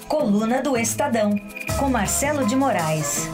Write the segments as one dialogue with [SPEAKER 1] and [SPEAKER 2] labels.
[SPEAKER 1] Coluna do Estadão, com Marcelo de Moraes.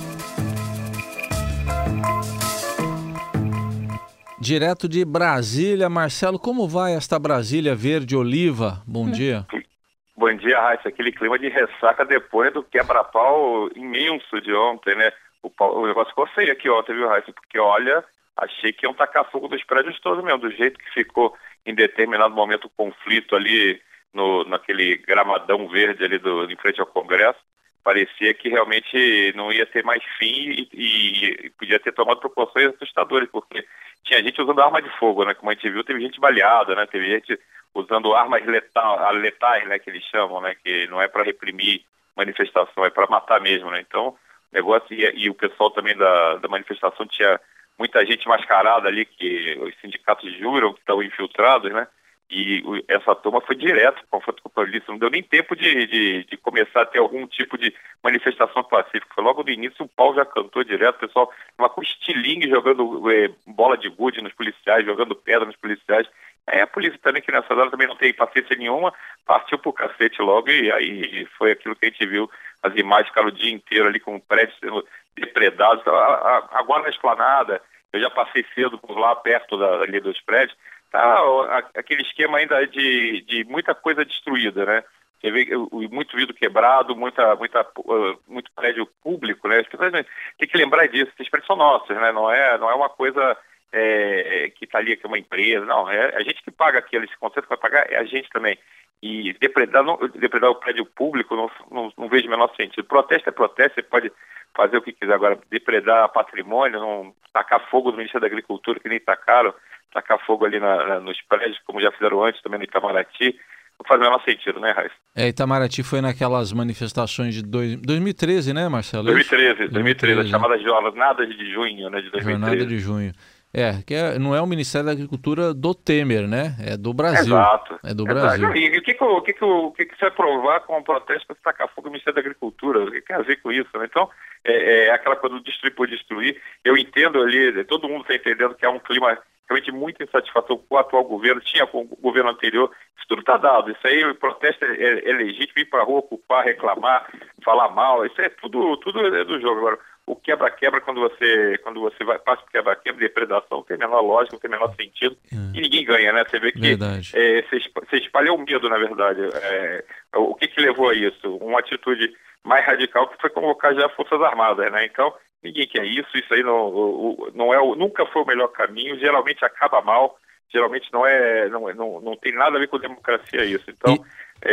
[SPEAKER 2] Direto de Brasília, Marcelo, como vai esta Brasília verde oliva? Bom dia.
[SPEAKER 3] Bom dia, Raíssa. Aquele clima de ressaca depois do quebra-pau imenso de ontem, né? O negócio ficou feio aqui ontem, viu, Raíssa? Porque, olha, achei que iam tacar fogo dos prédios todos mesmo, do jeito que ficou em determinado momento o conflito ali naquele gramadão verde ali em frente ao Congresso. Parecia que realmente não ia ter mais fim e podia ter tomado proporções assustadoras, porque tinha gente usando arma de fogo, né? Como a gente viu, teve gente baleada, né? Teve gente usando armas letais, né? Que eles chamam, né? Que não é para reprimir manifestação, é para matar mesmo, né? Então, o negócio... E o pessoal também da manifestação tinha muita gente mascarada ali, que os sindicatos juram que estão infiltrados, né? E essa turma foi direto com confronto com a polícia, não deu nem tempo de começar a ter algum tipo de manifestação pacífica. Foi logo no início, o pau já cantou direto, o pessoal com estilingue jogando bola de gude nos policiais, jogando pedra nos policiais. Aí a polícia também, que nessa hora também não tem paciência nenhuma, partiu pro cacete logo, e aí foi aquilo que a gente viu, as imagens ficaram o dia inteiro ali com prédios sendo depredados. Agora na Esplanada, eu já passei cedo por lá, perto ali dos prédios, tá aquele esquema ainda de muita coisa destruída, né? Você vê muito vidro quebrado, muito prédio público, né? As pessoas têm que lembrar disso, esses prédios são nossos, né? Não é uma coisa que está ali, que é uma empresa, não, é a gente que paga aquilo, esse conceito que vai pagar é a gente também. E depredar o prédio público não vejo o menor sentido. Protesto é protesto, você pode fazer o que quiser. Agora, depredar patrimônio, não tacar fogo no Ministério da Agricultura, que nem tacaram, tacar fogo ali nos prédios, como já fizeram antes também no Itamaraty, não faz o menor sentido, né, Raíssa?
[SPEAKER 2] Itamaraty foi naquelas manifestações de 2013, né, Marcelo?
[SPEAKER 3] 2013, as chamadas Jornadas de Junho, né, de 2013.
[SPEAKER 2] Jornada de Junho. Não é o Ministério da Agricultura do Temer, né? É do Brasil.
[SPEAKER 3] Exato.
[SPEAKER 2] É do Brasil.
[SPEAKER 3] E o que você vai provar com um protesto para tacar fogo no Ministério da Agricultura? O que tem a ver com isso, né? Então, aquela coisa do destruir por destruir. Eu entendo ali, todo mundo está entendendo que há um clima realmente muito insatisfação com o atual governo, tinha com o governo anterior, isso tudo está dado. Isso aí, o protesto é legítimo, ir para a rua, ocupar, reclamar, falar mal, isso é tudo é do jogo. Agora, o quebra-quebra, quando você passa por quebra-quebra, depredação, não tem a menor lógica, não tem o menor sentido, e ninguém ganha, né? Você vê que você espalha o medo, na verdade. O que levou a isso? Uma atitude mais radical, que foi convocar já Forças Armadas, né? Então, ninguém quer isso aí nunca foi o melhor caminho, geralmente acaba mal, geralmente não tem nada a ver com democracia isso. Então,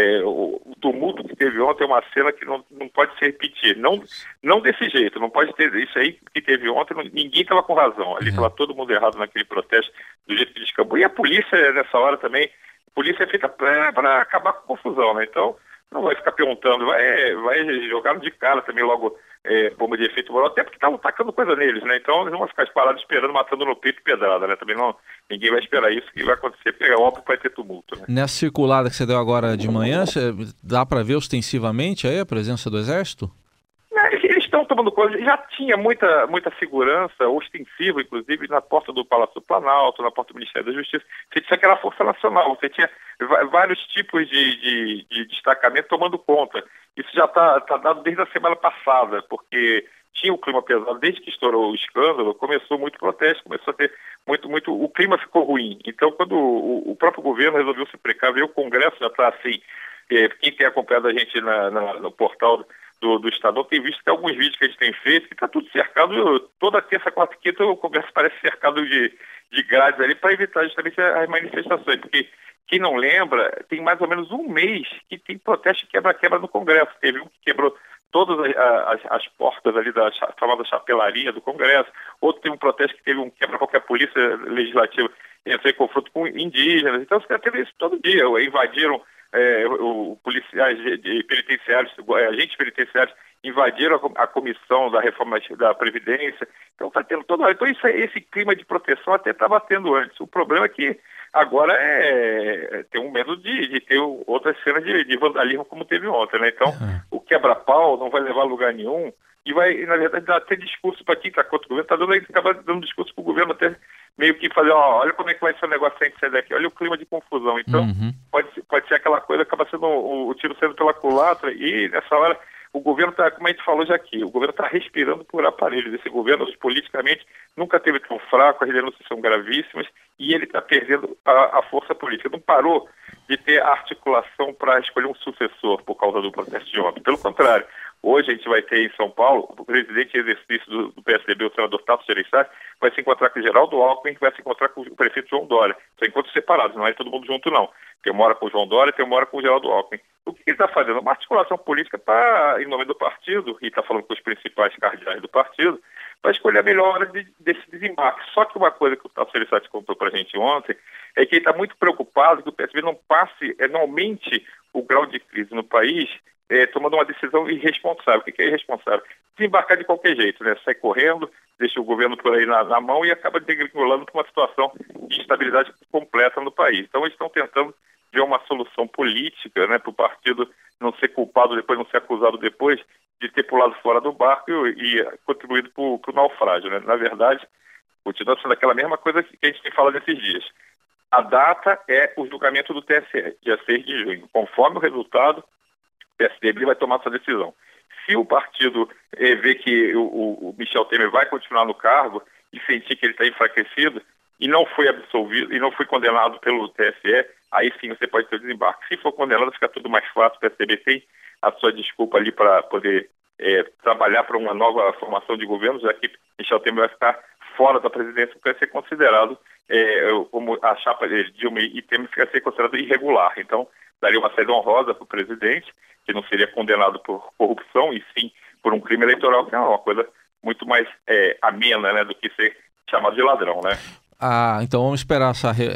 [SPEAKER 3] o tumulto que teve ontem é uma cena que não pode se repetir, não desse jeito, não pode ter isso aí que teve ontem, ninguém estava com razão, ali estava todo mundo errado naquele protesto, do jeito que descambou. E a polícia, nessa hora também, a polícia é feita para acabar com confusão, né? Então, não vai ficar perguntando, vai jogar de cara também logo bomba de efeito moral, até porque estavam tacando coisa neles, né? Então eles não vão ficar parados esperando, matando no peito pedrada, né? Também ninguém vai esperar isso, que vai acontecer, porque é óbvio que vai ter tumulto, né?
[SPEAKER 2] Nessa circulada que você deu agora de manhã, dá para ver ostensivamente aí a presença do Exército?
[SPEAKER 3] Eles estão tomando conta, já tinha muita segurança, ostensiva, inclusive, na porta do Palácio do Planalto, na porta do Ministério da Justiça. Você tinha aquela Força Nacional, você tinha vários tipos de destacamento tomando conta. Isso já está dado desde a semana passada, porque tinha um clima pesado. Desde que estourou o escândalo, começou muito protesto, começou a ter muito... O clima ficou ruim. Então, quando o próprio governo resolveu se precaver, o Congresso já está assim... Quem tem acompanhado a gente no portal do Estadão tem visto que alguns vídeos que a gente tem feito, que está tudo cercado, toda terça, quarta e quinta o Congresso parece cercado de grades ali para evitar justamente as manifestações, porque quem não lembra, tem mais ou menos um mês que tem protesto de quebra-quebra no Congresso. Teve um que quebrou todas as portas ali da chamada chapelaria do Congresso, outro teve um protesto que teve um quebra-pau que a Polícia Legislativa entrou em confronto com indígenas. Então você teve isso todo dia, invadiram policiais penitenciários, agentes penitenciários invadiram a comissão da reforma da Previdência. Então está tendo todo. Então esse clima de proteção até estava tendo antes. O problema é que agora tem um medo de ter outras cenas de vandalismo como teve ontem, né? Então o quebra-pau, não vai levar a lugar nenhum, e vai, na verdade, dar até discurso para quem está contra o governo, acaba dando discurso para o governo até meio que fazer, olha como é que vai ser o negócio sem sair daqui, olha o clima de confusão. Então, pode ser aquela coisa, acaba sendo o tiro sendo pela culatra, e nessa hora o governo está, como a gente falou já aqui, o governo está respirando por aparelhos. Esse governo, politicamente, nunca teve tão fraco, as denúncias são gravíssimas, e ele está perdendo a força política. Não parou de ter articulação para escolher um sucessor por causa do protesto de ontem. Pelo contrário, hoje a gente vai ter em São Paulo, o presidente em exercício do PSDB, o senador Tasso Gereissati, vai se encontrar com o Geraldo Alckmin, que vai se encontrar com o prefeito João Dória. São encontros separados, não é todo mundo junto, não. Tem uma hora com o João Dória, tem uma hora com o Geraldo Alckmin. O que ele está fazendo? Uma articulação política em nome do partido, e está falando com os principais cardeais do partido, para escolher a melhor hora desse desembarque. Só que uma coisa que o Tasso Gereissati contou para a gente ontem é que ele está muito preocupado que o PSDB não aumente o grau de crise no país, tomando uma decisão irresponsável. O que é irresponsável? Desembarcar de qualquer jeito, né? Sai correndo, deixa o governo por aí na mão e acaba degringolando para uma situação de instabilidade completa no país. Então eles estão tentando ver uma solução política, né, para o partido não ser culpado depois, não ser acusado depois de ter pulado fora do barco e contribuído para o naufrágio, né? Na verdade, continua sendo aquela mesma coisa que a gente tem falado nesses dias. A data é o julgamento do TSE, dia 6 de junho. Conforme o resultado, o PSDB vai tomar sua decisão. Se o partido vê que o Michel Temer vai continuar no cargo e sentir que ele está enfraquecido e não foi absolvido e não foi condenado pelo TSE, aí sim você pode ter o desembarque. Se for condenado, fica tudo mais fácil. O PSDB tem a sua desculpa ali para poder trabalhar para uma nova formação de governo, já que Michel Temer vai ficar fora da presidência, vai ser considerado, como a chapa de Dilma e Temer fica a ser considerado irregular. Então, daria uma saída honrosa para o presidente, que não seria condenado por corrupção, e sim por um crime eleitoral, que é uma coisa muito mais amena, né, do que ser chamado de ladrão, né?
[SPEAKER 2] Então vamos esperar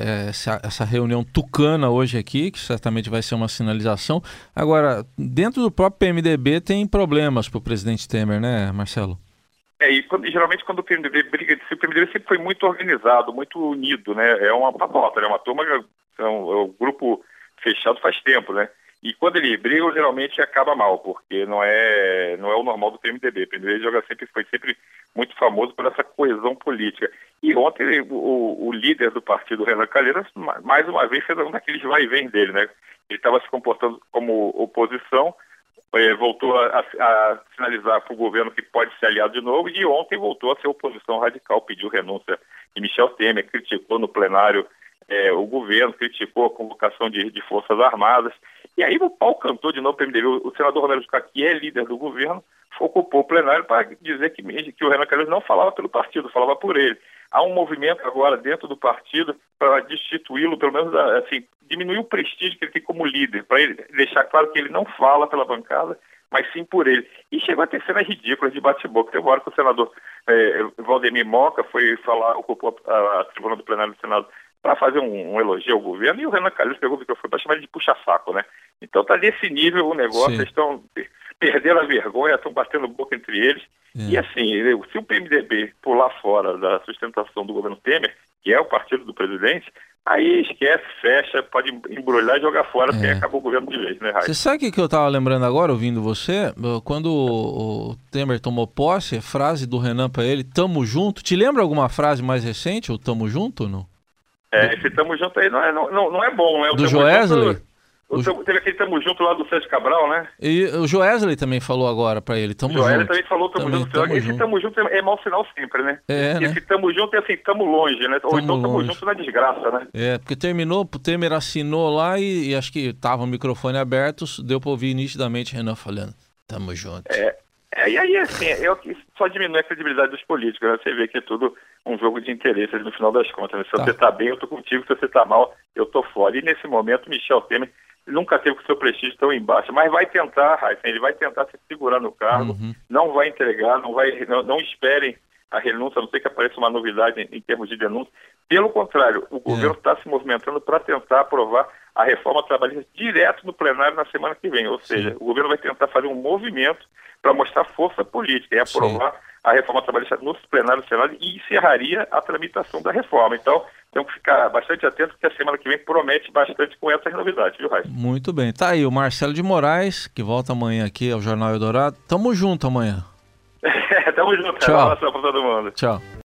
[SPEAKER 2] essa reunião tucana hoje aqui, que certamente vai ser uma sinalização. Agora, dentro do próprio PMDB tem problemas para o presidente Temer, né, Marcelo?
[SPEAKER 3] Geralmente quando o PMDB briga, o PMDB sempre foi muito organizado, muito unido, né? É uma patota, é uma turma, é um grupo fechado faz tempo, né? E quando ele briga, geralmente acaba mal, porque não é o normal do PMDB. O PMDB foi sempre muito famoso por essa coesão política. E ontem o líder do partido, Renan Calheiros, mais uma vez fez um daqueles vai e vem dele, né? Ele estava se comportando como oposição, voltou a sinalizar para o governo que pode ser aliado de novo, e ontem voltou a ser oposição radical, pediu renúncia de Michel Temer, criticou no plenário o governo, criticou a convocação de Forças Armadas, e aí o pau cantou de novo para o PMDB. O senador Romero Jucá, que é líder do governo, ocupou o plenário para dizer que o Renan Calheiros não falava pelo partido, falava por ele. Há um movimento agora dentro do partido para destituí-lo, pelo menos assim, diminuir o prestígio que ele tem como líder, para ele deixar claro que ele não fala pela bancada, mas sim por ele. E chegou a ter cenas ridículas de bate-boca. Teve uma hora que o senador Valdemir Moca foi falar, ocupou a tribuna do plenário do Senado para fazer um elogio ao governo, e o Renan Calheiros pegou o microfone para chamar ele de puxa-saco, né? Então está nesse nível o negócio, eles estão perdendo a vergonha, estão batendo boca entre eles. E assim, se o PMDB pular fora da sustentação do governo Temer, que é o partido do presidente, aí esquece, fecha, pode embrulhar e jogar fora, porque acabou o governo de vez, né, Raíssa?
[SPEAKER 2] Você sabe o que eu estava lembrando agora, ouvindo você? Quando o Temer tomou posse, a frase do Renan para ele, tamo junto. Te lembra alguma frase mais recente, o tamo junto ou não?
[SPEAKER 3] Esse tamo junto aí não é bom, né? O
[SPEAKER 2] do Joesley?
[SPEAKER 3] Teve aquele tamo junto lá do Sérgio Cabral, né?
[SPEAKER 2] E o Joesley também falou agora pra ele, tamo junto. O Joesley
[SPEAKER 3] também falou tamo junto. Esse tamo junto é mau sinal sempre, né? Esse tamo junto é assim, tamo longe, né? Ou então tamo junto na desgraça, né?
[SPEAKER 2] Porque terminou, o Temer assinou lá e acho que tava o microfone aberto, deu pra ouvir nitidamente Renan falando, tamo junto.
[SPEAKER 3] E aí, assim, só diminui a credibilidade dos políticos, né? Você vê que é tudo um jogo de interesses no final das contas, né? Se você tá bem, eu tô contigo, se você tá mal, eu tô fora. E nesse momento, Michel Temer nunca teve o seu prestígio tão embaixo, mas vai tentar, Raíssa, ele vai tentar se segurar no cargo, não vai entregar, não esperem a renúncia, a não ser que apareça uma novidade em termos de denúncia. Pelo contrário, o governo está se movimentando para tentar aprovar a reforma trabalhista direto no plenário na semana que vem, ou seja, o governo vai tentar fazer um movimento para mostrar força política e aprovar a reforma trabalhista no plenário do Senado e encerraria a tramitação da reforma. Então, temos que ficar bastante atento, porque a semana que vem promete bastante com essas novidades, viu, Raíssa?
[SPEAKER 2] Muito bem. Tá aí o Marcelo de Moraes, que volta amanhã aqui ao Jornal Eldorado. Tamo junto amanhã.
[SPEAKER 3] Tamo junto.
[SPEAKER 2] Tchau.
[SPEAKER 3] Um abraço pra todo mundo.
[SPEAKER 2] Tchau.